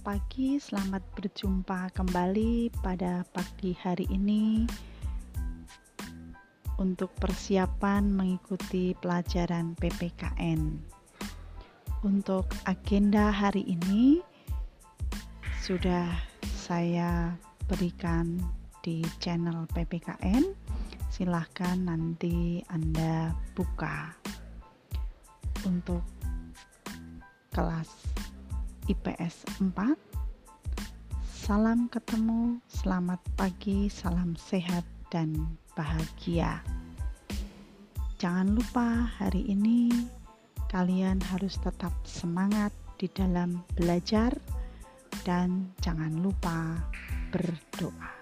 pagi, selamat berjumpa kembali pada pagi hari ini untuk persiapan mengikuti pelajaran PPKN. Untuk agenda hari ini sudah saya berikan di channel PPKN. Silahkan nanti Anda buka. Untuk kelas IPS 4, salam ketemu, selamat pagi, salam sehat dan bahagia. Jangan lupa hari ini kalian harus tetap semangat di dalam belajar dan jangan lupa berdoa.